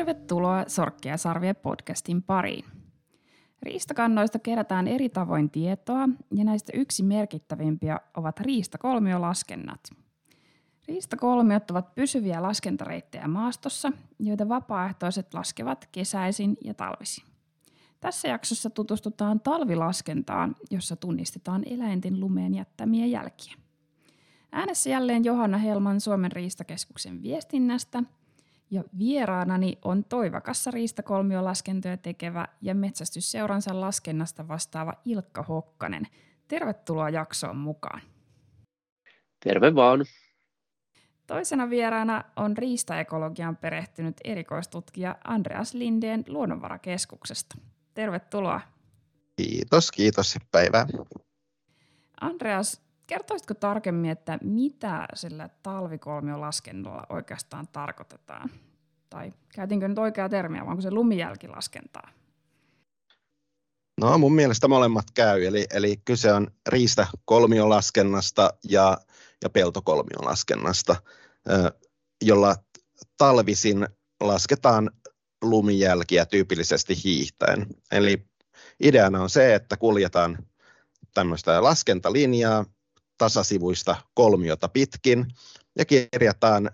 Tervetuloa Sorkkia ja Sarvia podcastin pariin. Riistakannoista kerätään eri tavoin tietoa ja näistä yksi merkittävimpiä ovat riistakolmiolaskennat. Riistakolmiot ovat pysyviä laskentareittejä maastossa, joita vapaaehtoiset laskevat kesäisin ja talvisin. Tässä jaksossa tutustutaan talvilaskentaan, jossa tunnistetaan eläinten lumeen jättämiä jälkiä. Äänessä jälleen Johanna Helman Suomen riistakeskuksen viestinnästä. Ja vieraanani on Toivakassa riistakolmiolaskentoja tekevä ja metsästysseuransa laskennasta vastaava Ilkka Hokkanen. Tervetuloa jaksoon mukaan. Terve vaan. Toisena vieraana on riistaekologiaan perehtynyt erikoistutkija Andreas Lindén Luonnonvarakeskuksesta. Tervetuloa. Kiitos päivää. Andreas, kertoisitko tarkemmin, että mitä sillä talvikolmiolaskennalla oikeastaan tarkoitetaan? Tai käytinkö nyt oikeaa termiä, vai onko se lumijälkilaskentaa? No mun mielestä molemmat käy, eli kyse on riistakolmiolaskennasta ja peltokolmiolaskennasta, jolla talvisin lasketaan lumijälkiä tyypillisesti hiihtäen. Eli ideana on se, että kuljetaan tämmöistä laskentalinjaa tasasivuista kolmiota pitkin ja kirjataan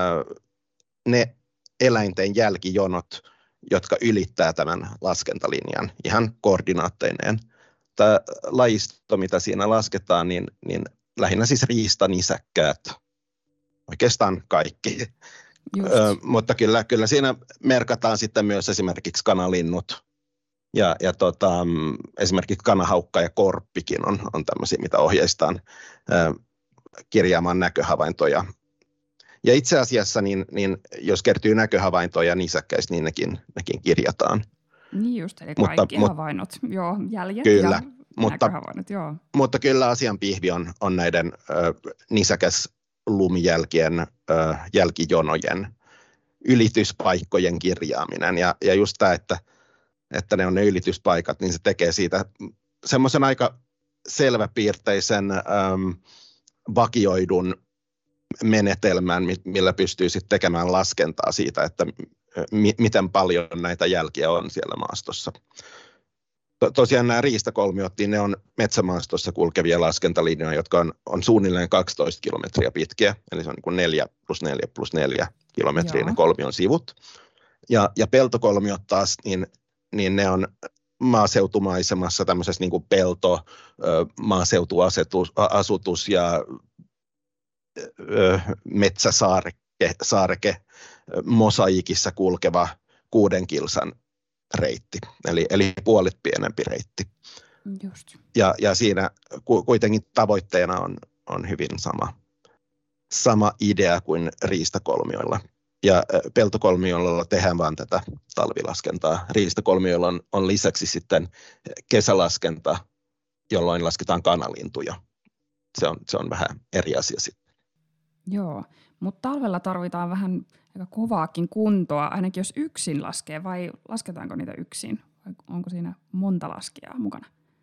ne eläinten jälkijonot, jotka ylittää tämän laskentalinjan ihan koordinaatteineen. Tämä lajisto, mitä siinä lasketaan, niin lähinnä siis riistanisäkkäät, oikeastaan kaikki. Mutta kyllä siinä merkataan sitten myös esimerkiksi kanalinnut. Ja esimerkiksi kanahaukka ja korppikin on tämmöisiä, mitä ohjeistaan kirjaamaan näköhavaintoja. Ja itse asiassa, niin jos kertyy näköhavaintoja nisäkkäistä, niin nekin kirjataan. Niin just, eli kaikki havainnot, joo, jäljet kyllä, ja näköhavainnot, joo. Mutta kyllä asian pihvi on näiden nisäkäslumijälkien jälkijonojen ylityspaikkojen kirjaaminen. Ja just tämä, että ne on ne ylityspaikat, niin se tekee siitä semmoisen aika selväpiirteisen vakioidun menetelmän, millä pystyy sitten tekemään laskentaa siitä, että miten paljon näitä jälkiä on siellä maastossa. Tosiaan nämä riistakolmiot, niin ne on metsämaastossa kulkevia laskentalinjoja, jotka on suunnilleen 12 kilometriä pitkiä, eli se on niin kuin 4+4+4 kilometriä ne kolmion sivut. Ja peltokolmiot taas, niin ne on maaseutumaisemassa tämmöisessä niin kuin pelto, maaseutuasutus ja metsäsaareke mosaikissa kulkeva 6 kilsan reitti, eli puolet pienempi reitti. Just. Ja siinä kuitenkin tavoitteena on hyvin sama idea kuin riistakolmioilla. Ja peltokolmioilla tehdään vaan tätä talvilaskentaa. Riistakolmioilla on lisäksi sitten kesälaskenta, jolloin lasketaan kanalintuja. Se on vähän eri asia sitten. Joo, mutta talvella tarvitaan vähän aika kovaakin kuntoa, ainakin jos yksin laskee, vai lasketaanko niitä yksin? Vai onko siinä monta laskijaa mukana?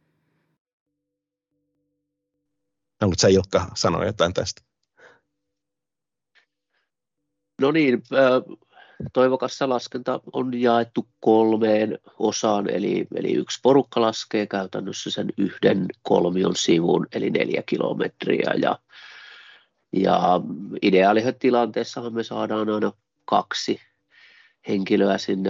Haluatko sä, Ilkka, sanoa jotain tästä? No niin, Toivokassa laskenta on jaettu 3 osaan, eli yksi porukka laskee käytännössä sen yhden kolmion sivun, eli 4 kilometriä, ja ideaalitilanteessahan me saadaan aina 2 henkilöä sinne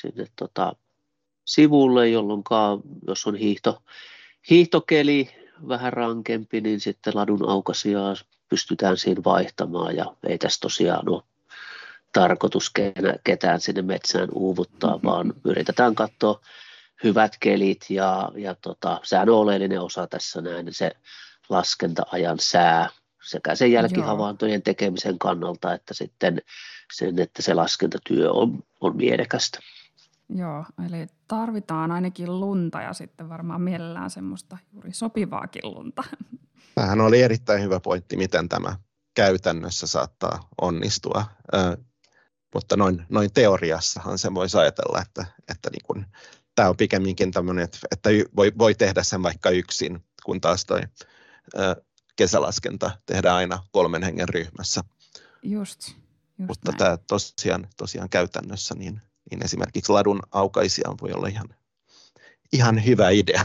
sivulle, jolloin jos on hiihtokeli vähän rankempi, niin sitten ladun aukaisijaa pystytään siinä vaihtamaan, ja ei tässä tosiaan ole tarkoitus ketään sinne metsään uuvuttaa, vaan yritetään katsoa hyvät kelit, ja sehän on oleellinen osa tässä näin, se laskenta-ajan sää, sekä sen jälkihavaintojen tekemisen kannalta, että sitten sen, että se laskentatyö on mielekästä. Joo, eli tarvitaan ainakin lunta ja sitten varmaan mielellään semmoista juuri sopivaakin lunta. Tämähän oli erittäin hyvä pointti, miten tämä käytännössä saattaa onnistua, mutta noin teoriassahan sen voisi ajatella, että niin kun, tämä on pikemminkin tämmöinen, että voi tehdä sen vaikka yksin, kun taas toi kesälaskenta tehdään aina 3 hengen ryhmässä. Just mutta näin. tämä tosiaan käytännössä, niin niin esimerkiksi ladun aukaisija voi olla ihan hyvä idea.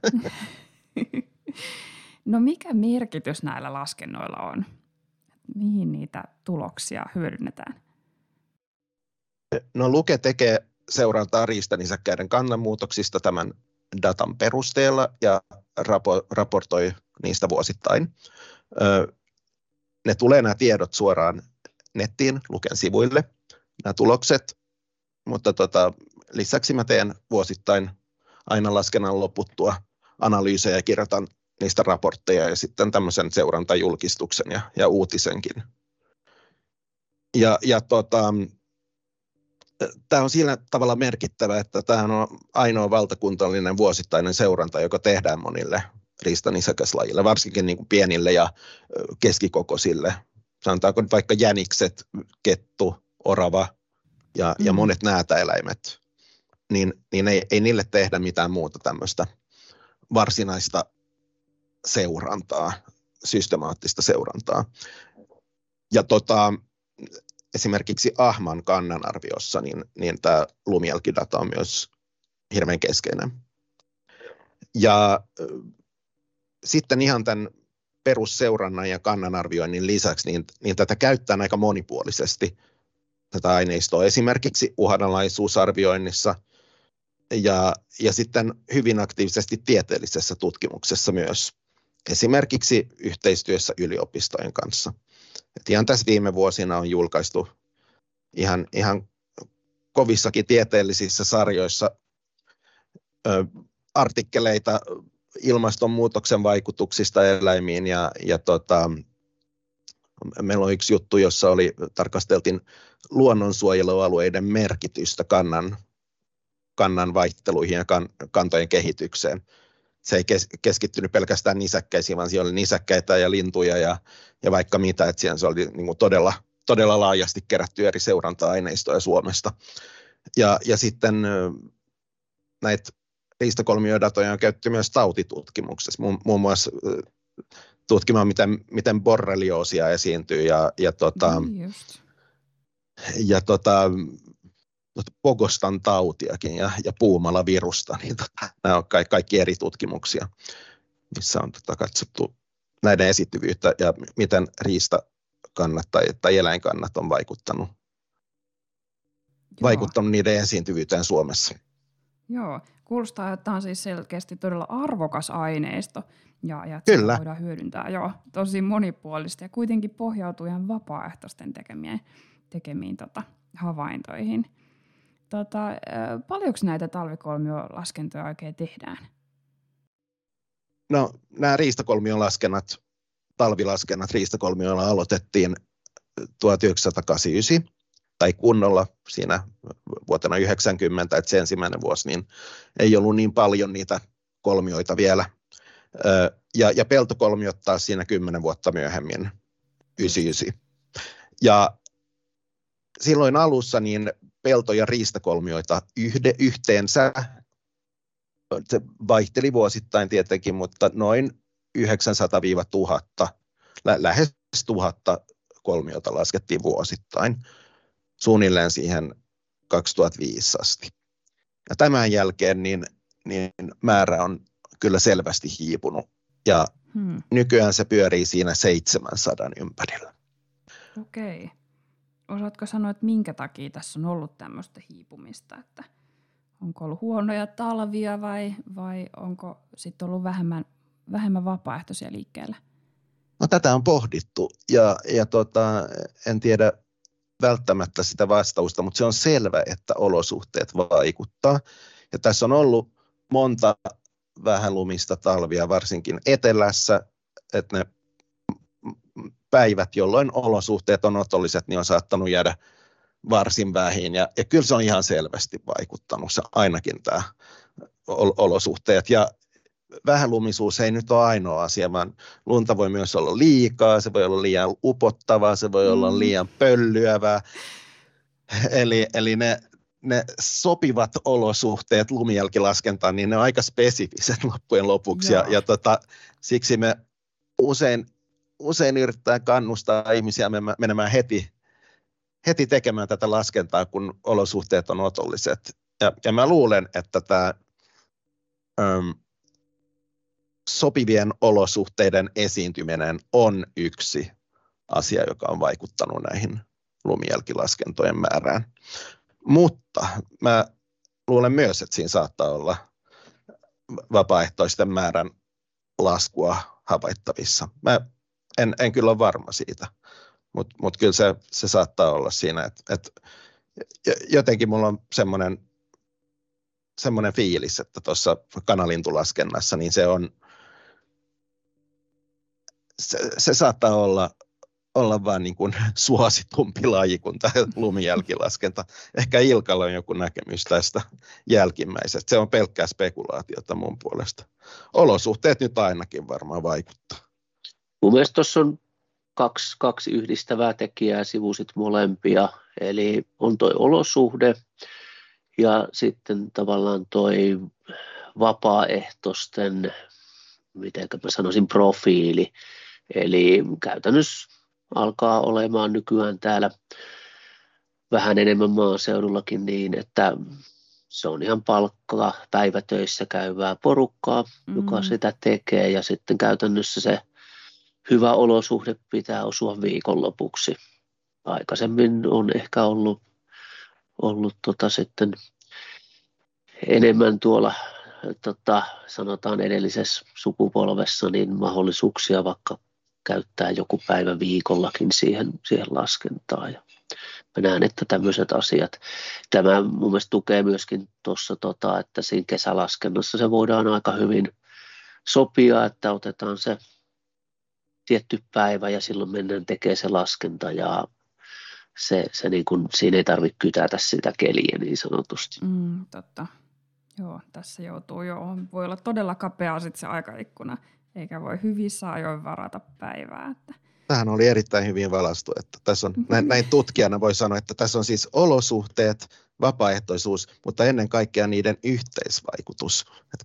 No mikä merkitys näillä laskennoilla on? Mihin niitä tuloksia hyödynnetään? No Luke tekee seurantaa riistanisäkkäiden kannanmuutoksista tämän datan perusteella ja raportoi niistä vuosittain. Ne tulee nämä tiedot suoraan nettiin Luken sivuille, nämä tulokset, mutta lisäksi mä teen vuosittain aina laskennan loputtua analyysejä ja kirjoitan niistä raportteja ja sitten tämmöisen seurantajulkistuksen ja uutisenkin. Tämä on sillä tavalla merkittävä, että tämä on ainoa valtakuntallinen vuosittainen seuranta, joka tehdään monille riistanisäkäslajille, varsinkin niin kuin pienille ja keskikokoisille. Sanotaanko nyt vaikka jänikset, kettu, orava ja monet näätäeläimet, niin ei niille tehdä mitään muuta tämmöistä varsinaista seurantaa, systemaattista seurantaa. Ja esimerkiksi ahman kannanarviossa, niin tämä lumijälkidata on myös hirveän keskeinen. Ja sitten ihan tämän perusseurannan ja kannanarvioinnin lisäksi, niin tätä käytetään aika monipuolisesti, tätä aineistoa esimerkiksi uhanalaisuusarvioinnissa ja sitten hyvin aktiivisesti tieteellisessä tutkimuksessa myös, esimerkiksi yhteistyössä yliopistojen kanssa. Et ihan tässä viime vuosina on julkaistu ihan kovissakin tieteellisissä sarjoissa artikkeleita ilmastonmuutoksen vaikutuksista eläimiin ja meillä on yksi juttu, jossa tarkasteltiin luonnonsuojelualueiden merkitystä kannan vaihteluihin ja kantojen kehitykseen. Se ei keskittynyt pelkästään nisäkkäisiin, vaan siellä oli nisäkkäitä ja lintuja ja vaikka mitä, että siellä se oli niin kuin todella laajasti kerätty eri seuranta-aineistoja Suomesta. Ja sitten näitä riistakolmiodatoja on käytetty myös tautitutkimuksessa, muun muassa tutkimaan, miten borrelioosia esiintyy ja Pogostan tautiakin ja puumalavirusta, niin nämä on kaikki eri tutkimuksia, missä on katsottu näiden esiintyvyyttä ja miten riistakannat tai eläinkannat on vaikuttanut niiden esiintyvyyteen Suomessa. Joo, kuulostaa, että tämä on siis selkeästi todella arvokas aineisto ja Kyllä. Sitä voidaan hyödyntää tosi monipuolista ja kuitenkin pohjautuu ihan vapaaehtoisten tekemiin havaintoihin. Paljonko näitä talvikolmiolaskentoja oikein tehdään? No, nämä riistakolmiolaskennat, talvilaskennat riistakolmioilla aloitettiin 1989 tai kunnolla siinä vuotena 90, että se ensimmäinen vuosi, niin ei ollut niin paljon niitä kolmioita vielä. Ja peltokolmiot taas siinä 10 vuotta myöhemmin, 99. Ja silloin alussa niin pelto- ja riistakolmioita yhteensä, se vaihteli vuosittain tietenkin, mutta noin 900-1000, lähes 1000 kolmiota laskettiin vuosittain, suunnilleen siihen 2005 asti. Ja tämän jälkeen niin määrä on kyllä selvästi hiipunut, ja nykyään se pyörii siinä 700 ympärillä. Okei. Osaatko sanoa, että minkä takia tässä on ollut tämmöistä hiipumista, että onko ollut huonoja talvia vai onko sitten ollut vähemmän vapaaehtoisia liikkeellä? No, tätä on pohdittu ja en tiedä välttämättä sitä vastausta, mutta se on selvä, että olosuhteet vaikuttaa. Ja tässä on ollut monta vähälumista talvia, varsinkin etelässä, että ne päivät, jolloin olosuhteet on otolliset, niin on saattanut jäädä varsin vähin. Ja kyllä se on ihan selvästi vaikuttanut, se ainakin tämä olosuhteet. Ja vähälumisuus ei nyt ole ainoa asia, vaan lunta voi myös olla liikaa, se voi olla liian upottavaa, se voi olla liian pöllyävää. Eli ne sopivat olosuhteet lumijälkilaskentaan, niin ne on aika spesifiset loppujen lopuksi. Ja siksi me usein yritetään kannustaa ihmisiä menemään heti heti tekemään tätä laskentaa, kun olosuhteet on otolliset. Ja mä luulen, että tämä sopivien olosuhteiden esiintyminen on yksi asia, joka on vaikuttanut näihin lumijälkilaskentojen määrään. Mutta mä luulen myös, että siinä saattaa olla vapaaehtoisten määrän laskua havaittavissa. Mä en kyllä ole varma siitä, mutta kyllä se saattaa olla siinä, että jotenkin mulla on semmoinen fiilis, että tuossa kanalintulaskennassa niin se saattaa olla vaan niin kuin suositumpi laji kuin tämä lumijälkilaskenta. Ehkä Ilkalla on joku näkemys tästä jälkimmäisestä. Se on pelkkää spekulaatiota mun puolesta. Olosuhteet nyt ainakin varmaan vaikuttaa. Mun mielestä tuossa on kaksi yhdistävää tekijää, sivusit molempia. Eli on toi olosuhde ja sitten tavallaan toi vapaaehtoisten, mitenkä mä sanoisin, profiili. Eli käytännössä alkaa olemaan nykyään täällä vähän enemmän maaseudullakin niin, että se on ihan palkkaa päivätöissä käyvää porukkaa, joka sitä tekee, ja sitten käytännössä se hyvä olosuhde pitää osua viikonlopuksi. Aikaisemmin on ehkä ollut sitten enemmän tuolla sanotaan edellisessä sukupolvessa niin mahdollisuuksia vaikka käyttää joku päivä viikollakin siihen laskentaan. Ja mä näen, että tämmöiset asiat, tämä mun mielestä tukee myöskin tuossa, että siinä kesälaskennassa se voidaan aika hyvin sopia, että otetaan se tietty päivä ja silloin mennään tekemään se laskenta ja se niin kuin, siinä ei tarvitse kytätä sitä keliä niin sanotusti. Totta. Joo, tässä voi olla todella kapea sitten se aikaikkuna, eikä voi hyvissä ajoin varata päivää. Tähän oli erittäin hyvin valaistu, että tässä on, näin tutkijana voi sanoa, että tässä on siis olosuhteet, vapaaehtoisuus, mutta ennen kaikkea niiden yhteisvaikutus.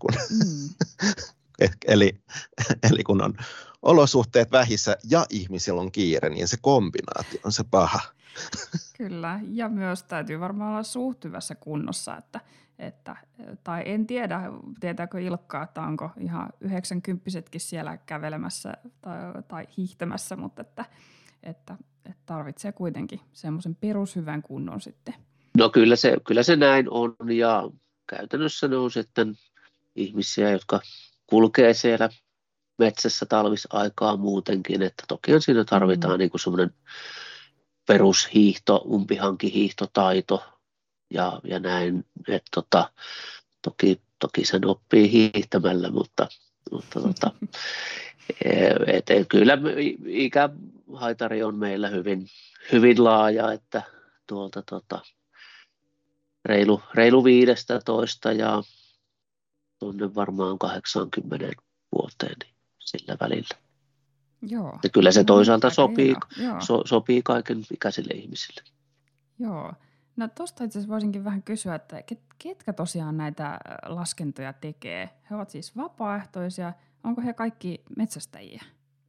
Eli kun on olosuhteet vähissä ja ihmisillä on kiire, niin se kombinaatio on se paha. Kyllä, ja myös täytyy varmaan olla suht hyvässä kunnossa, tai en tiedä, tietääkö Ilkka, että onko ihan 90-vuotiaatkin siellä kävelemässä tai hiihtämässä, mutta että tarvitsee kuitenkin semmoisen perushyvän kunnon sitten. No kyllä se näin on, ja käytännössä ne on sitten ihmisiä, jotka kulkee siellä metsässä talvisaikaa muutenkin, että toki siinä tarvitaan niin kuin semmoinen perushiihto, umpihankihiihtotaito ja näin, että toki sen oppii hiihtämällä, mutta kyllä ikähaitari on meillä hyvin laaja, että tuolta reilu 15 ja tuonne varmaan 80 vuoteen niin sillä välillä. Joo. Ja kyllä se toisaalta sopii kaiken ikäisille ihmisille. Joo. No tuosta itse asiassa voisinkin vähän kysyä, että ketkä tosiaan näitä laskentoja tekee? He ovat siis vapaaehtoisia. Onko he kaikki metsästäjiä?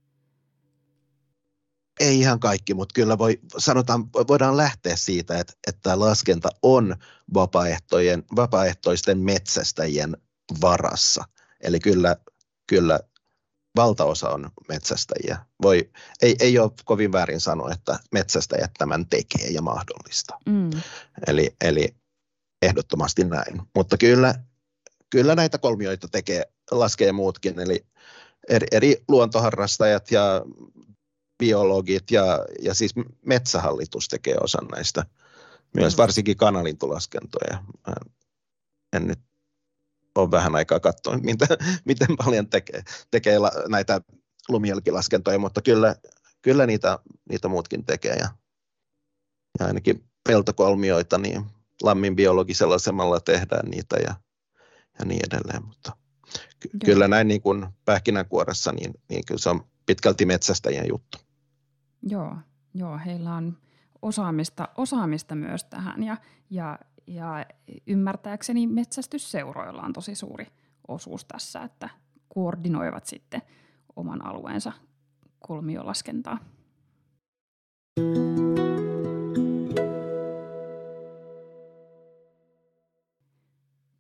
Ei ihan kaikki, mutta kyllä voidaan lähteä siitä, että tämä laskenta on vapaaehtoisten metsästäjien varassa. Eli kyllä valtaosa on metsästäjiä. Ei ole kovin väärin sanoa, että metsästäjät tämän tekee ja mahdollista. Eli ehdottomasti näin. Mutta kyllä näitä kolmioita laskee muutkin, eli eri luontoharrastajat ja biologit ja siis Metsähallitus tekee osan näistä, myös varsinkin kanalintulaskentoja. En nyt ole vähän aikaa katsoa, miten paljon tekee näitä lumijälkilaskentoja, mutta kyllä niitä muutkin tekee. Ja ainakin peltokolmioita, niin Lammin biologisella asemalla tehdään niitä ja niin edelleen. Mutta kyllä näin niin kuin pähkinänkuoressa, niin kyllä se on pitkälti metsästäjien juttu. Joo, heillä on osaamista myös tähän ja ymmärtääkseni metsästysseuroilla on tosi suuri osuus tässä, että koordinoivat sitten oman alueensa kolmiolaskentaa.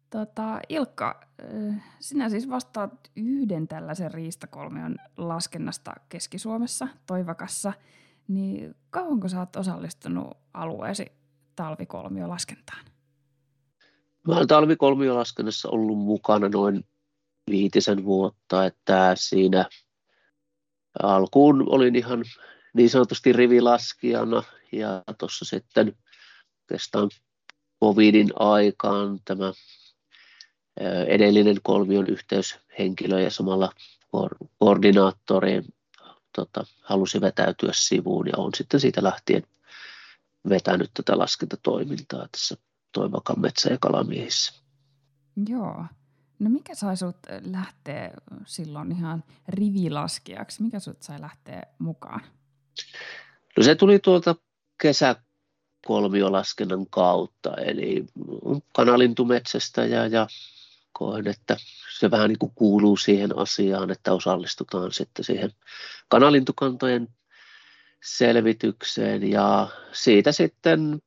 Ilkka, sinä siis vastaat yhden tällaisen riistakolmion laskennasta Keski-Suomessa, Toivakassa. Niin kauanko sä oot osallistunut alueesi talvikolmiolaskentaan? Mä olen talvikolmiolaskennassa ollut mukana noin 5 vuotta, että siinä alkuun olin ihan niin sanotusti rivilaskijana ja tuossa sitten oikeastaan covidin aikaan tämä edellinen kolmion yhteyshenkilö ja samalla koordinaattori halusi vetäytyä sivuun ja on sitten siitä lähtien vetänyt tätä laskentatoimintaa tässä Toivakan metsä- ja kalamiehissä. Joo. No mikä sai sut lähteä silloin ihan rivilaskijaksi? Mikä sut sai lähteä mukaan? No se tuli tuolta kesäkolmiolaskennan kautta, eli kanalintumetsästä ja koen, että se vähän niin kuin kuuluu siihen asiaan, että osallistutaan sitten siihen kanalintukantojen selvitykseen ja siitä sitten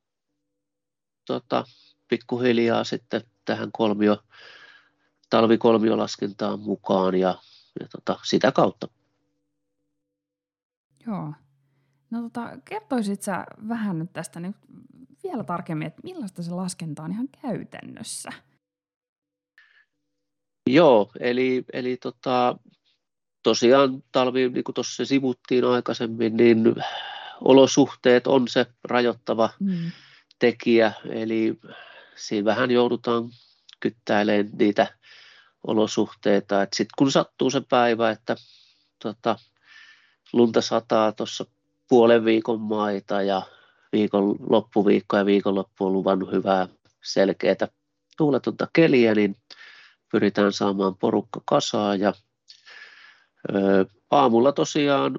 pikkuhiljaa sitten tähän talvikolmiolaskentaan mukaan ja sitä kautta. Joo. No kertoisit sä vähän nyt tästä nyt vielä tarkemmin, että millaista se laskenta on ihan käytännössä? Joo, eli tosiaan talvi, niin kuin tuossa sivuttiin aikaisemmin, niin olosuhteet on se rajoittava tekijä, eli siinä vähän joudutaan kyttäilemään niitä olosuhteita, että sitten kun sattuu se päivä, että lunta sataa tuossa puolen viikon maita ja loppuviikko ja viikonloppu on luvannut hyvää selkeää tuuletonta keliä, niin pyritään saamaan porukka kasaan ja aamulla tosiaan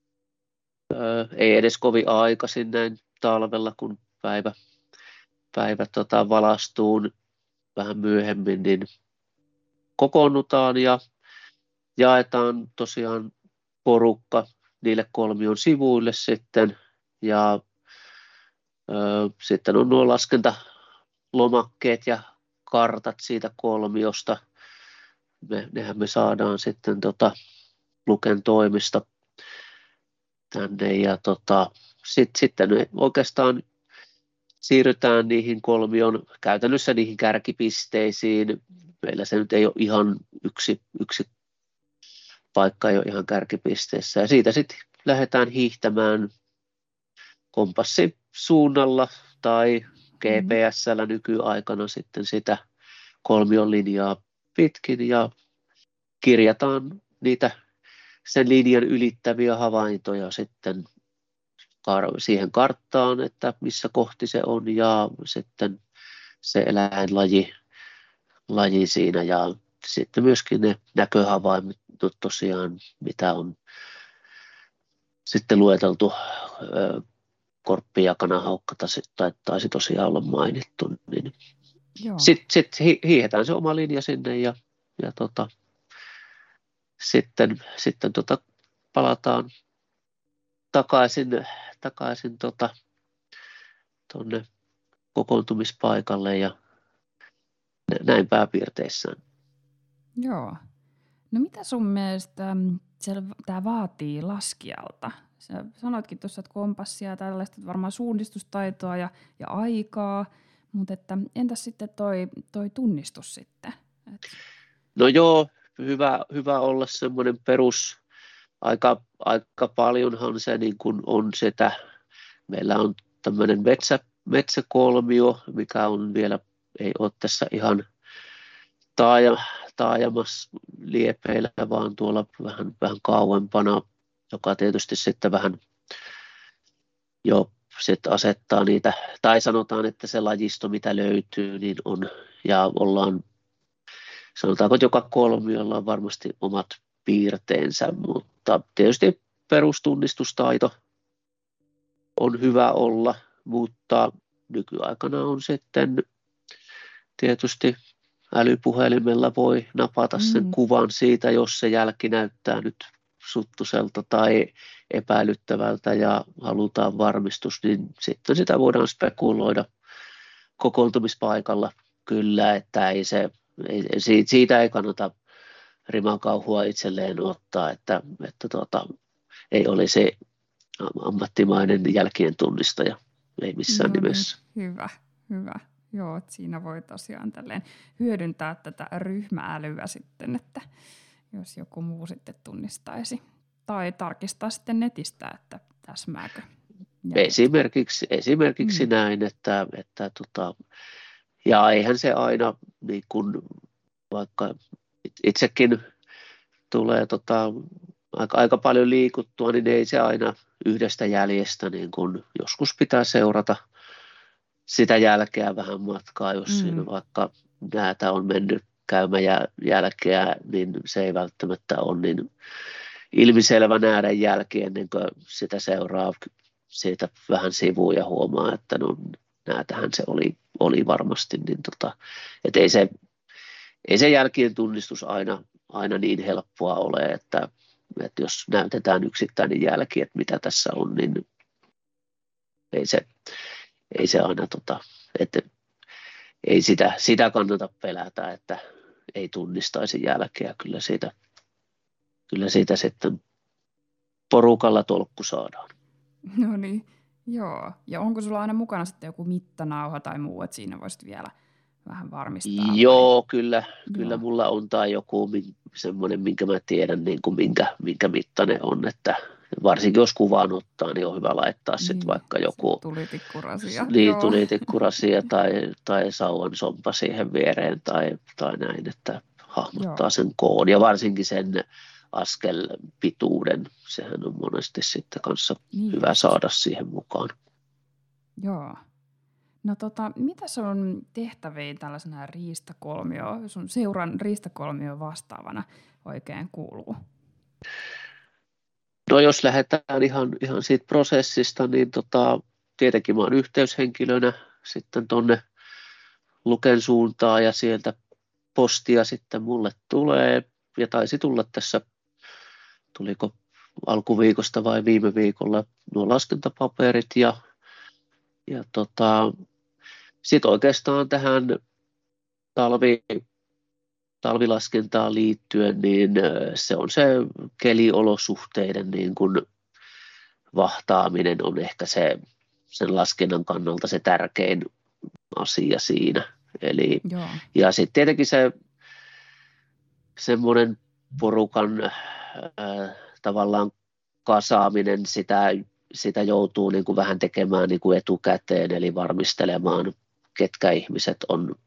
ei edes kovin aikaisin näin talvella, kun päivä valastuu vähän myöhemmin, niin kokoonnutaan ja jaetaan tosiaan porukka niille kolmion sivuille sitten ja sitten on nuo laskentalomakkeet ja kartat siitä kolmiosta. Nehän me saadaan sitten Luken toimista tänne ja sitten oikeastaan siirrytään niihin kolmion, käytännössä niihin kärkipisteisiin. Meillä se nyt ei ole ihan yksi paikka ei ole ihan kärkipisteessä ja siitä sitten lähdetään hiihtämään kompassisuunnalla tai GPS:llä nykyaikana sitten sitä kolmion linjaa pitkin ja kirjataan niitä sen linjan ylittäviä havaintoja sitten siihen karttaan, että missä kohti se on ja sitten se eläinlaji siinä ja sitten myöskin ne näköhavainnot tosiaan, mitä on sitten lueteltu korppi ja kanahaukka taisi tosiaan olla mainittu, niin sitten hiihetään se oma linja sinne ja sitten palataan takaisin tuonne kokoontumispaikalle ja näin pääpiirteissään. Joo. No mitä sun mielestä tämä vaatii laskijalta? Sä sanoitkin tuossa, että kompassia ja tällaista, varmaan suunnistustaitoa ja aikaa, mutta että entäs sitten toi tunnistus sitten? No joo, hyvä olla semmoinen perus. Aika paljonhan se niin kuin on sitä. Meillä on tämmöinen metsäkolmio, mikä on vielä, ei ole tässä ihan taajamassa liepeillä, vaan tuolla vähän kauempana, joka tietysti sitten vähän jo sitten asettaa niitä, tai sanotaan, että se lajisto, mitä löytyy, niin on, ja ollaan, sanotaanko joka kolmiolla on varmasti omat piirteensä, mutta tietysti perustunnistustaito on hyvä olla, mutta nykyaikana on sitten tietysti älypuhelimella voi napata sen kuvan siitä, jos se jälki näyttää nyt suttuselta tai epäilyttävältä ja halutaan varmistus, niin sitten sitä voidaan spekuloida kokoontumispaikalla kyllä, että ei se Siitä ei kannata rimakauhua itselleen ottaa, että ei olisi ammattimainen jälkien tunnistaja, ei missään No niin, nimessä. hyvä. Joo, että siinä voi tosiaan tälleen hyödyntää tätä ryhmäälyä sitten, että jos joku muu sitten tunnistaisi. Tai tarkistaa sitten netistä, että täsmääkö. Esimerkiksi näin, että ja eihän se aina, niin kun, vaikka itsekin tulee aika paljon liikuttua, niin ei se aina yhdestä jäljestä, niin kun joskus pitää seurata sitä jälkeä vähän matkaa, jos siinä vaikka näätä on mennyt käymä jälkeä, niin se ei välttämättä ole niin ilmiselvä nähdä jälki ennen kuin sitä seuraa siitä vähän sivuun ja huomaa, että no näätähän se oli varmasti, niin että ei se jälkien tunnistus aina niin helppoa ole, että jos näytetään yksittäinen jälki, että mitä tässä on, niin ei se aina, että ei sitä kannata pelätä, että ei tunnistaisi jälkeä. Kyllä siitä sitten porukalla tolkku saadaan. No niin, joo. Ja onko sulla aina mukana sitten joku mittanauha tai muu, että siinä voisit vielä vähän varmistaa? Joo, kyllä mulla on tai joku semmoinen, minkä mä tiedän, niin kuin minkä mittainen on, että varsinkin jos kuvaan ottaa, niin on hyvä laittaa sitten vaikka joku tulitikkurasia tai sauvan sompa siihen viereen tai näin, että hahmottaa sen koon ja varsinkin sen askelpituuden, sehän on monesti sitten kanssa hyvä saada siihen mukaan. Joo. No mitä sun tehtäviin tällaisena sun seuran riistakolmio vastaavana oikein kuuluu? No jos lähdetään ihan siitä prosessista, niin tietenkin mä oon yhteyshenkilönä sitten tonne Luken suuntaan ja sieltä postia sitten mulle tulee ja taisi tulla tässä, tuliko alkuviikosta vai viime viikolla nuo laskentapaperit ja sitten oikeastaan tähän talvilaskentaan liittyen, niin se on se keliolosuhteiden niin kuin vahtaaminen on ehkä sen laskennan kannalta se tärkein asia siinä. Eli, ja sitten tietenkin se semmoinen porukan tavallaan kasaaminen, sitä joutuu niin kuin vähän tekemään niin kuin etukäteen, eli varmistelemaan, ketkä ihmiset on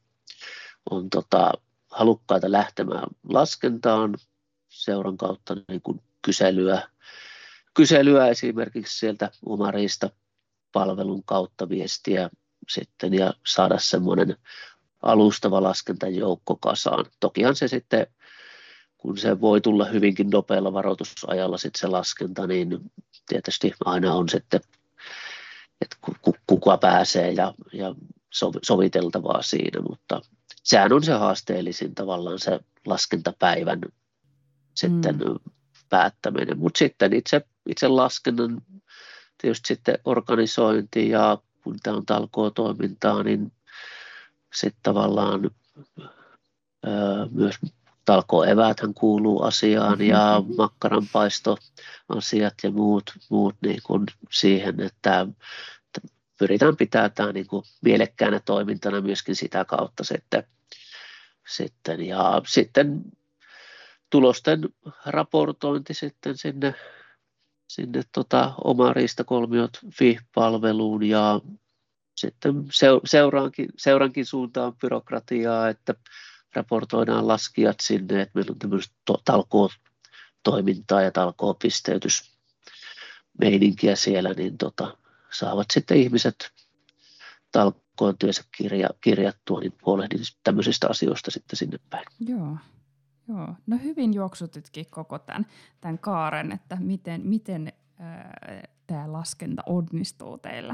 halukkaita lähtemään laskentaan seuran kautta niin kuin kyselyä esimerkiksi sieltä Omariista-palvelun kautta viestiä sitten ja saada semmoinen alustava laskentajoukko kasaan. Tokihan se sitten, kun se voi tulla hyvinkin nopealla varoitusajalla sitten se laskenta, niin tietysti aina on sitten, että kuka pääsee ja soviteltavaa siinä, mutta sehän on se haasteellisin tavallaan se laskentapäivän sitten päättäminen, mutta sitten itse laskennan tietysti sitten organisointi ja kun tämä on talkootoimintaa, niin sitten tavallaan myös talkooevääthän kuuluu asiaan ja makkaranpaistoasiat ja muut niin kuin siihen, että pyritään pitämään tämä niin kuin mielekkäänä toimintana myöskin sitä kautta sitten ja sitten tulosten raportointi sitten sinne oma riistakolmiot FIH-palveluun ja sitten seurankin suuntaan byrokratiaa, että raportoidaan laskijat sinne, että meillä on tämmöistä talkootoimintaa ja talkoopisteytysmeininkiä siellä, niin saavat sitten ihmiset talkoon työnsä kirjattua, niin huolehdin tämmöisistä asioista sitten sinne päin. Joo. No hyvin juoksutitkin koko tämän kaaren, että miten tämä laskenta onnistuu teillä.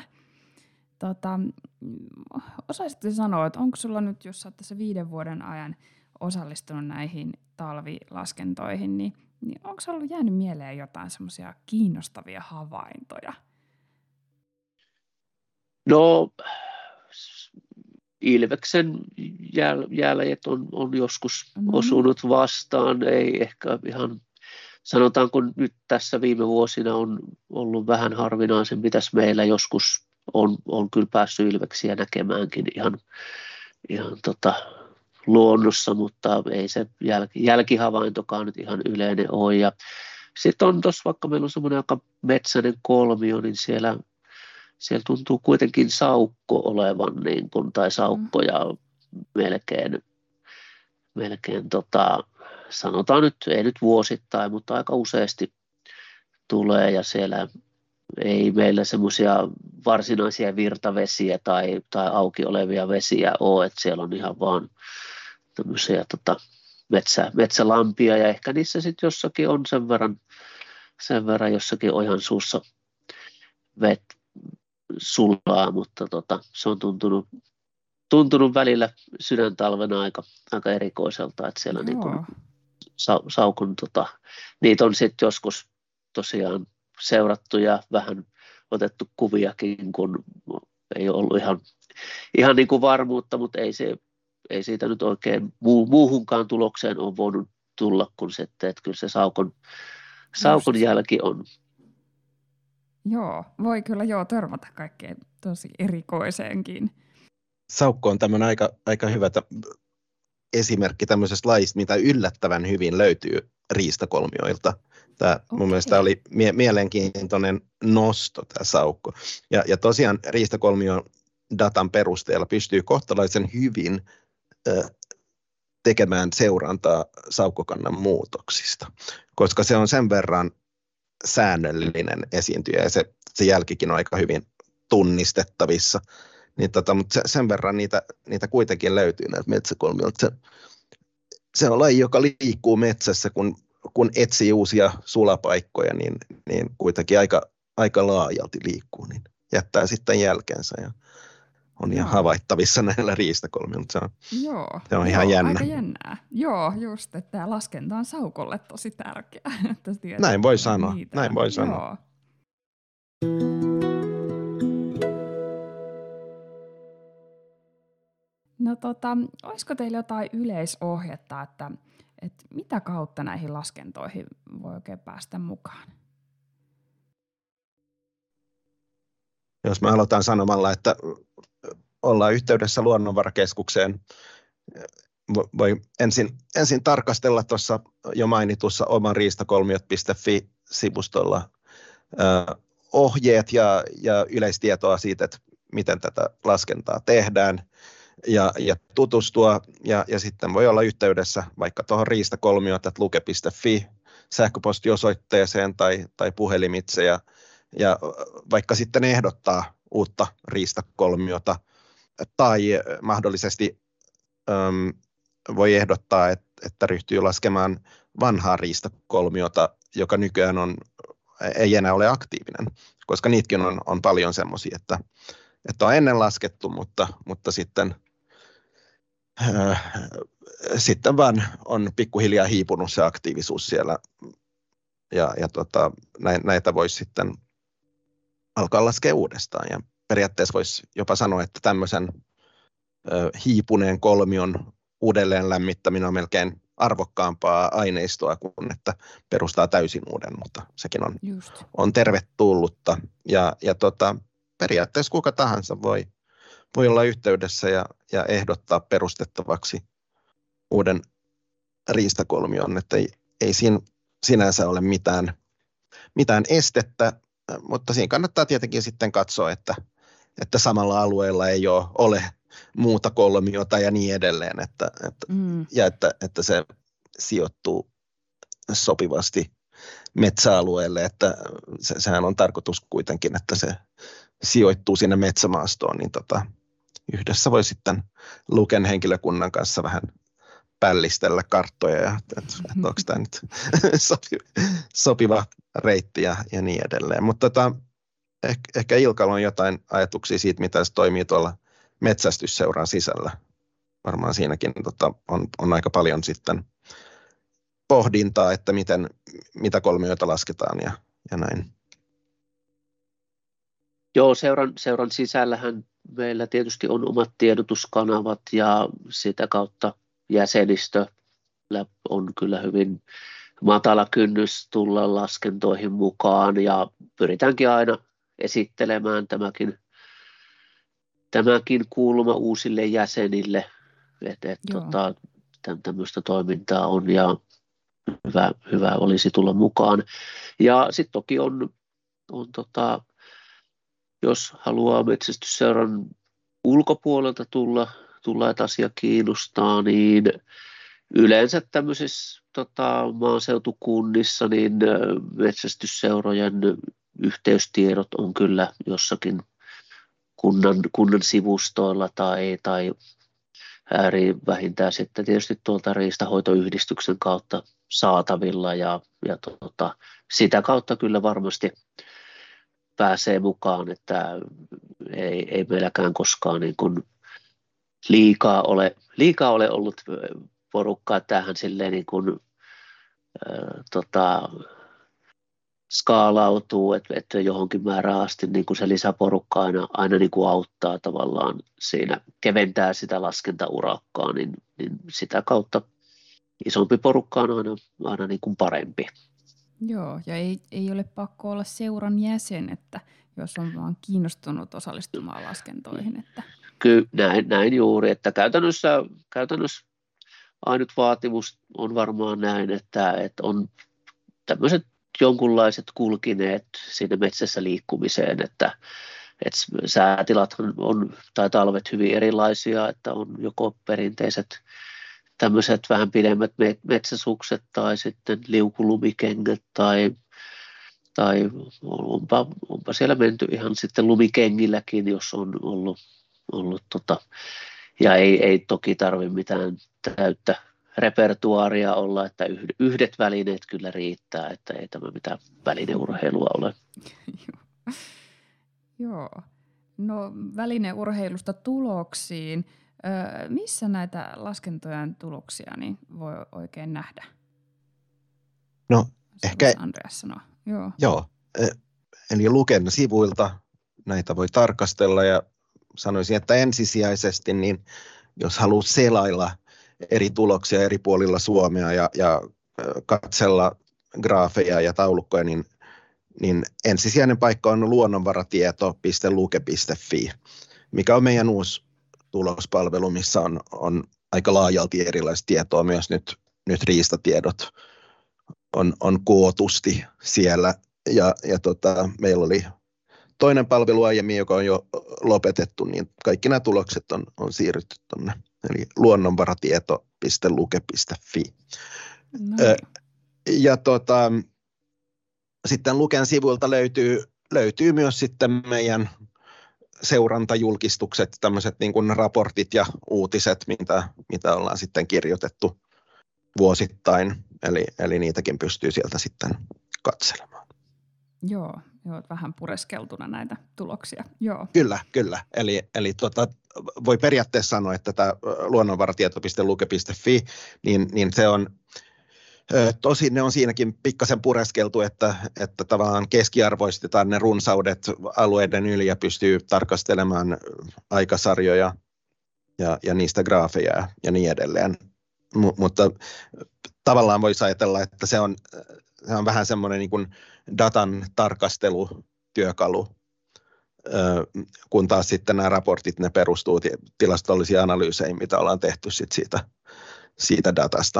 Osaisitko sanoa, että onko sulla nyt, jos olet tässä 5 vuoden ajan osallistunut näihin talvilaskentoihin, niin onko ollut jäänyt mieleen jotain semmoisia kiinnostavia havaintoja? No ilveksen jäljet on joskus osunut vastaan, ei ehkä ihan, sanotaanko nyt tässä viime vuosina on ollut vähän harvinaisempi, tässä meillä joskus on kyllä päässyt ilveksiä näkemäänkin ihan luonnossa, mutta ei se jälkihavaintokaan nyt ihan yleinen ole. Ja sitten on tuossa, vaikka meillä on semmoinen aika metsäinen kolmio, niin siellä tuntuu kuitenkin saukko olevan, niin kun, tai saukkoja melkein sanotaan nyt, ei nyt vuosittain, mutta aika useasti tulee, ja siellä ei meillä semmoisia varsinaisia virtavesiä tai auki olevia vesiä ole, että siellä on ihan vaan tämmöisiä metsälampia, ja ehkä niissä sitten jossakin on sen verran jossakin ojan suussa sulaa, mutta se on tuntunut välillä sydäntalvena aika erikoiselta, että siellä niin kuin saukon, niitä on sitten joskus tosiaan seurattu ja vähän otettu kuviakin, kun ei ollut ihan niin kuin varmuutta, mutta ei siitä nyt oikein muuhunkaan tulokseen ole voinut tulla, kun sitten, että kyllä se saukon jälki on. Joo, voi kyllä törmätä kaikkeen tosi erikoiseenkin. Saukko on tämmöinen aika hyvä esimerkki tämmöisestä lajista, mitä yllättävän hyvin löytyy riistakolmioilta. Mun mielestä oli mielenkiintoinen nosto tämä saukko. Ja tosiaan riistakolmion datan perusteella pystyy kohtalaisen hyvin tekemään seurantaa saukkokannan muutoksista, koska se on sen verran säännöllinen esiintyjä ja se jälkikin on aika hyvin tunnistettavissa. Niin mutta sen verran niitä kuitenkin löytyy näiltä metsäkolmiolta. Se on laji, joka liikkuu metsässä, kun etsii uusia sulapaikkoja, niin kuitenkin aika laajalti liikkuu, niin jättää sitten jälkeensä ja on ihan havaittavissa näillä riistakolmilla. Se on ihan jännä. Aika jännää. Joo, just, että tämä laskenta on saukolle tosi tärkeää. Näin voi sanoa. Sanoa. No olisiko teillä jotain yleisohjetta, että mitä kautta näihin laskentoihin voi oikein päästä mukaan? Jos mä aloitan sanomalla, että ollaan yhteydessä Luonnonvarakeskukseen, voi ensin tarkastella tuossa jo mainitussa omanriistakolmiot.fi-sivustolla ohjeet ja yleistietoa siitä, että miten tätä laskentaa tehdään ja tutustua ja sitten voi olla yhteydessä vaikka tuohon riistakolmiot@luke.fi sähköpostiosoitteeseen tai puhelimitse ja vaikka sitten ehdottaa uutta riistakolmiota tai mahdollisesti voi ehdottaa, että ryhtyy laskemaan vanhaa riistakolmiota, joka nykyään ei enää ole aktiivinen, koska niitäkin on paljon semmoisia, että on ennen laskettu, mutta sitten vaan on pikkuhiljaa hiipunut se aktiivisuus siellä ja näitä voisi sitten alkaa laskea uudestaan ja periaatteessa voisi jopa sanoa, että tämmöisen hiipuneen kolmion uudelleen lämmittäminen on melkein arvokkaampaa aineistoa kuin että perustaa täysin uuden, mutta sekin on tervetullutta ja periaatteessa kuka tahansa voi olla yhteydessä ja ehdottaa perustettavaksi uuden riistakolmion, että ei siinä sinänsä ole mitään estettä, mutta siinä kannattaa tietenkin sitten katsoa, että samalla alueella ei ole muuta kolmiota ja niin edelleen, että se sijoittuu sopivasti metsäalueelle, että sehän on tarkoitus kuitenkin, että se sijoittuu sinne metsämaastoon, niin yhdessä voi sitten Luken henkilökunnan kanssa vähän pällistellä karttoja ja onko tämä nyt sopiva reitti ja niin edelleen. Mutta ehkä Ilkalla on jotain ajatuksia siitä, mitä se toimii tuolla metsästysseuran sisällä. Varmaan siinäkin on aika paljon sitten pohdintaa, että mitä kolmioita lasketaan ja näin. Joo, seuran sisällähän meillä tietysti on omat tiedotuskanavat ja sitä kautta jäsenistö on kyllä hyvin matala kynnys tulla laskentoihin mukaan ja pyritäänkin aina esittelemään tämäkin kulma uusille jäsenille, että tämmöistä toimintaa on ja hyvä olisi tulla mukaan. Ja sitten toki on jos haluaa metsästysseuran ulkopuolelta tulla, että asia kiinnostaa, niin yleensä tämmöisissä maaseutukunnissa niin metsästysseurojen yhteystiedot on kyllä jossakin kunnan sivustoilla tai vähintään sitten tietysti tuolta riistanhoitoyhdistyksen kautta saatavilla ja sitä kautta kyllä varmasti pääsee mukaan, että ei meilläkään koskaan niin kuin liikaa ole ollut porukkaa, tähän silleen niin kuin, skaalautuu, että johonkin määrään asti niin kuin se lisäporukka aina niin kuin auttaa tavallaan siinä, keventää sitä laskentaurakkaa, niin sitä kautta isompi porukka on aina niin kuin parempi. Joo, ja ei ole pakko olla seuran jäsen, että jos on vaan kiinnostunut osallistumaan laskentoihin. Että... Kyllä, näin juuri, että käytännössä ainut vaatimus on varmaan näin, että on tämmöiset jonkunlaiset kulkineet siinä metsässä liikkumiseen, että säätilat tai talvet hyvin erilaisia, että on joko perinteiset tämmöiset vähän pidemmät metsäsukset tai sitten liukulumikengät tai onpa siellä menty ihan sitten lumikengilläkin, jos on ollut ja ei toki tarvitse mitään täyttä repertuaaria olla, että yhdet välineet kyllä riittää, että ei tämä mitään välineurheilua ole. Joo. No välineurheilusta tuloksiin. Missä näitä laskentojen tuloksia niin voi oikein nähdä? No ehkä... Andreas sanoo. Joo. Eli Luken sivuilta näitä voi tarkastella ja sanoisin, että ensisijaisesti niin jos haluaa selailla eri tuloksia eri puolilla Suomea ja katsella graafeja ja taulukkoja, niin ensisijainen paikka on luonnonvaratieto.luke.fi, mikä on meidän uusi tulospalvelu, missä on aika laajalti erilaista tietoa, myös nyt riistatiedot on kootusti siellä. Ja meillä oli toinen palvelu aiemmin, joka on jo lopetettu, niin kaikki nämä tulokset on siirrytty tuonne. Eli luonnonvaratieto.luke.fi. No. Ja sitten Luken sivuilta löytyy myös sitten meidän seurantajulkistukset, tämmöiset niin kuin raportit ja uutiset, mitä ollaan sitten kirjoitettu vuosittain. Eli niitäkin pystyy sieltä sitten katselemaan. Joo, vähän pureskeltuna näitä tuloksia. Joo. Kyllä. Eli voi periaatteessa sanoa, että tämä luonnonvaratieto.luke.fi, niin se on, tosin ne on siinäkin pikkasen pureskeltu, että tavallaan keskiarvoistetaan ne runsaudet alueiden yli ja pystyy tarkastelemaan aikasarjoja ja niistä graafeja ja niin edelleen. Mutta tavallaan voisi ajatella, että se on vähän semmoinen niin kuin datan tarkastelutyökalu, kun taas sitten nämä raportit, ne perustuu tilastollisiin analyyseihin, mitä ollaan tehty siitä datasta.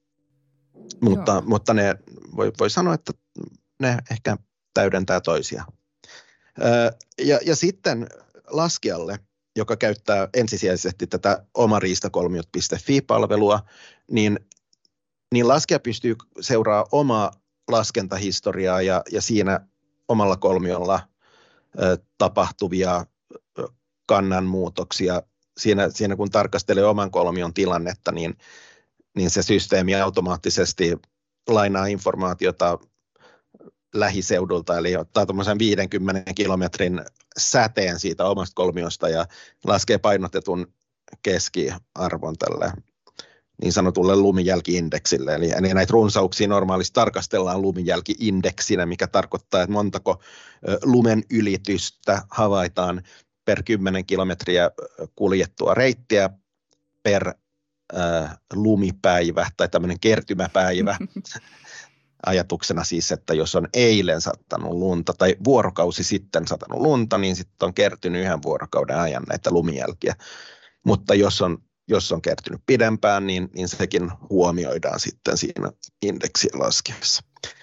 Mutta ne voi sanoa, että ne ehkä täydentää toisiaan. Ja sitten laskijalle, joka käyttää ensisijaisesti tätä omariistakolmiot.fi-palvelua, niin laskija pystyy seuraamaan omaa laskentahistoriaa ja siinä omalla kolmiolla tapahtuvia kannanmuutoksia. Siinä kun tarkastelee oman kolmion tilannetta, niin se systeemi automaattisesti lainaa informaatiota lähiseudulta, eli ottaa tuommoisen 50 kilometrin säteen siitä omasta kolmiosta ja laskee painotetun keskiarvon tälle niin sanotulle lumijälki-indeksille. Eli näitä runsauksia normaalisti tarkastellaan lumijälki-indeksinä, mikä tarkoittaa, että montako lumen ylitystä havaitaan per 10 kilometriä kuljettua reittiä per lumipäivä tai tämmöinen kertymäpäivä. Ajatuksena siis, että jos on eilen sattanut lunta tai vuorokausi sitten satanut lunta, niin sitten on kertynyt 1 vuorokauden ajan näitä lumijälkiä. Mutta jos on kertynyt pidempään, niin sekin huomioidaan sitten siinä indeksien laskiessa.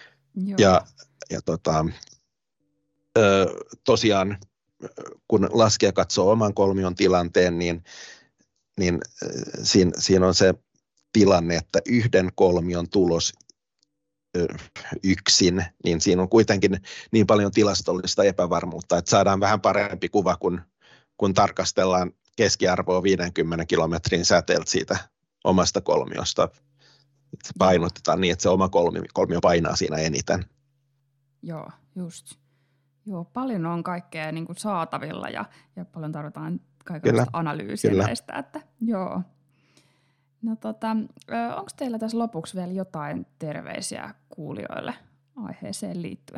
Tosiaan, kun laskija katsoo oman kolmion tilanteen, niin siinä on se tilanne, että yhden kolmion tulos yksin, niin siinä on kuitenkin niin paljon tilastollista epävarmuutta, että saadaan vähän parempi kuva, kun tarkastellaan keskiarvoa 50 kilometrin säteeltä siitä omasta kolmiosta. Painotetaan niin, että se oma kolmio painaa siinä eniten. Joo, just. Joo, paljon on kaikkea niin kuin saatavilla ja paljon tarvitaan kaikenlaista analyysiä näistä. Että, joo. No onko teillä tässä lopuksi vielä jotain terveisiä kuulijoille aiheeseen liittyen?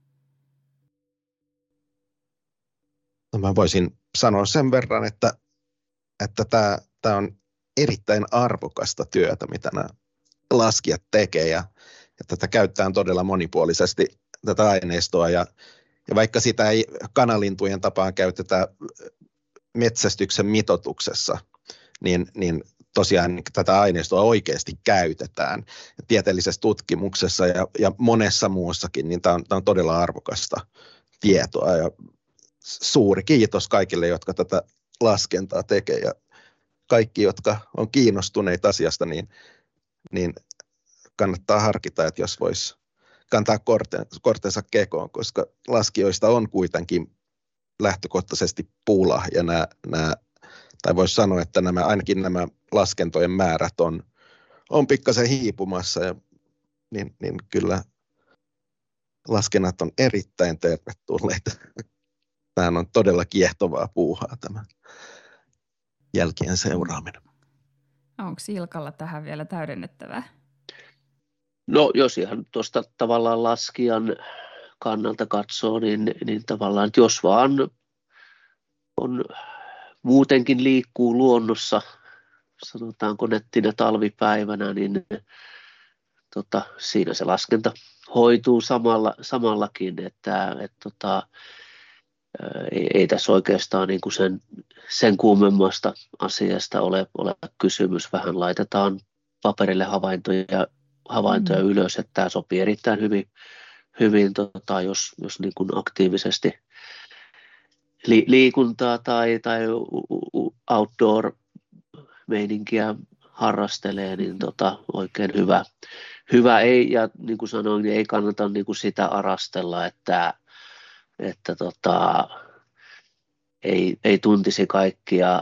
No mä voisin sanoa sen verran, että tämä on erittäin arvokasta työtä, mitä nämä laskijat tekee ja tätä käytetään todella monipuolisesti tätä aineistoa ja vaikka sitä ei kanalintujen tapaan käytetä metsästyksen mitoituksessa, niin tosiaan tätä aineistoa oikeasti käytetään tieteellisessä tutkimuksessa ja monessa muussakin, niin tämä on todella arvokasta tietoa ja suuri kiitos kaikille, jotka tätä laskentaa tekee ja kaikki, jotka on kiinnostuneita asiasta, niin kannattaa harkita, että jos voisi kantaa kortensa kekoon, koska laskijoista on kuitenkin lähtökohtaisesti pula ja tai voisi sanoa, että ainakin nämä laskentojen määrät on pikkasen hiipumassa, niin kyllä laskennat on erittäin tervetulleita. Tämä on todella kiehtovaa puuhaa tämä jälkien seuraaminen. Onko Ilkalla tähän vielä täydennettävää? No jos ihan tuosta tavallaan laskijan kannalta katsoo, niin tavallaan, että jos vaan on muutenkin liikkuu luonnossa, sanotaanko nettinä talvipäivänä, niin siinä se laskenta hoituu samallakin, että ei tässä oikeastaan niin kuin sen kuumemmasta asiasta ole kysymys. Vähän laitetaan paperille havaintoja ylös, että tämä sopii erittäin hyvin jos niin kuin aktiivisesti liikuntaa tai outdoor-meininkiä harrastelee, niin oikein hyvä ei, ja niin kuin sanoin, niin ei kannata niin kuin sitä arastella, että ei tuntisi kaikkia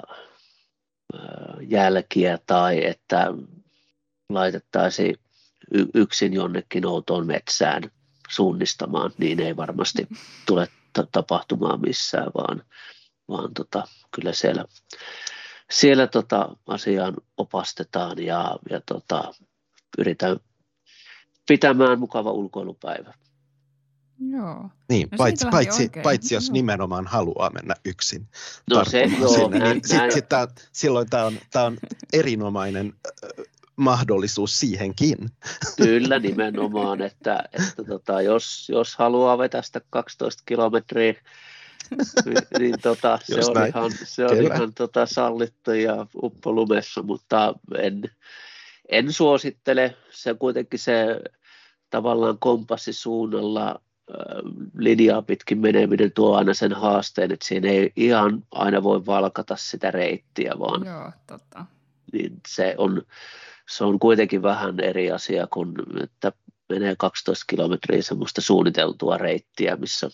jälkiä tai että laitettaisiin yksin jonnekin outoon metsään suunnistamaan, niin ei varmasti tule tapahtumaan missään, vaan kyllä siellä asiaan opastetaan ja pyritään pitämään mukava ulkoilupäivä. Joo. Niin, no paitsi jos nimenomaan haluaa mennä yksin. No se, joo, niin silloin tämä on erinomainen mahdollisuus siihenkin. Kyllä nimenomaan, että jos haluaa vetästä 12 kilometriä, niin se on ihan sallittu ja uppolumessa, mutta en suosittele. Se kuitenkin se tavallaan kompassisuunnalla linjaa pitkin meneminen tuo aina sen haasteen, että siinä ei ihan aina voi valkata sitä reittiä, vaan joo, totta. Niin se on kuitenkin vähän eri asia kuin, että menee 12 kilometriä semmoista suunniteltua reittiä, missä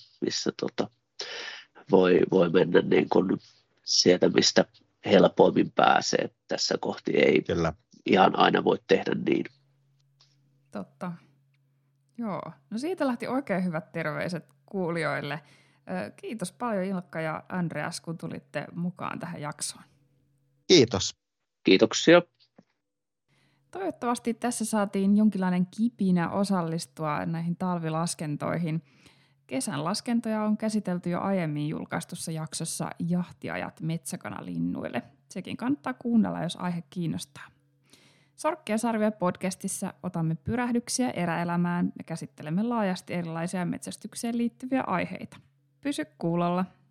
voi mennä niin kuin sieltä, mistä helpoimmin pääsee. Tässä kohti ei Kyllä. ihan aina voi tehdä niin. Totta. Joo, no siitä lähti oikein hyvät terveiset kuulijoille. Kiitos paljon Ilkka ja Andreas, kun tulitte mukaan tähän jaksoon. Kiitos. Kiitoksia. Toivottavasti tässä saatiin jonkinlainen kipinä osallistua näihin talvilaskentoihin. Kesän laskentoja on käsitelty jo aiemmin julkaistussa jaksossa Jahtiajat metsäkanalinnuille. Sekin kannattaa kuunnella, jos aihe kiinnostaa. Sorkki ja sarvia podcastissa otamme pyrähdyksiä eräelämään ja käsittelemme laajasti erilaisia metsästykseen liittyviä aiheita. Pysy kuulolla!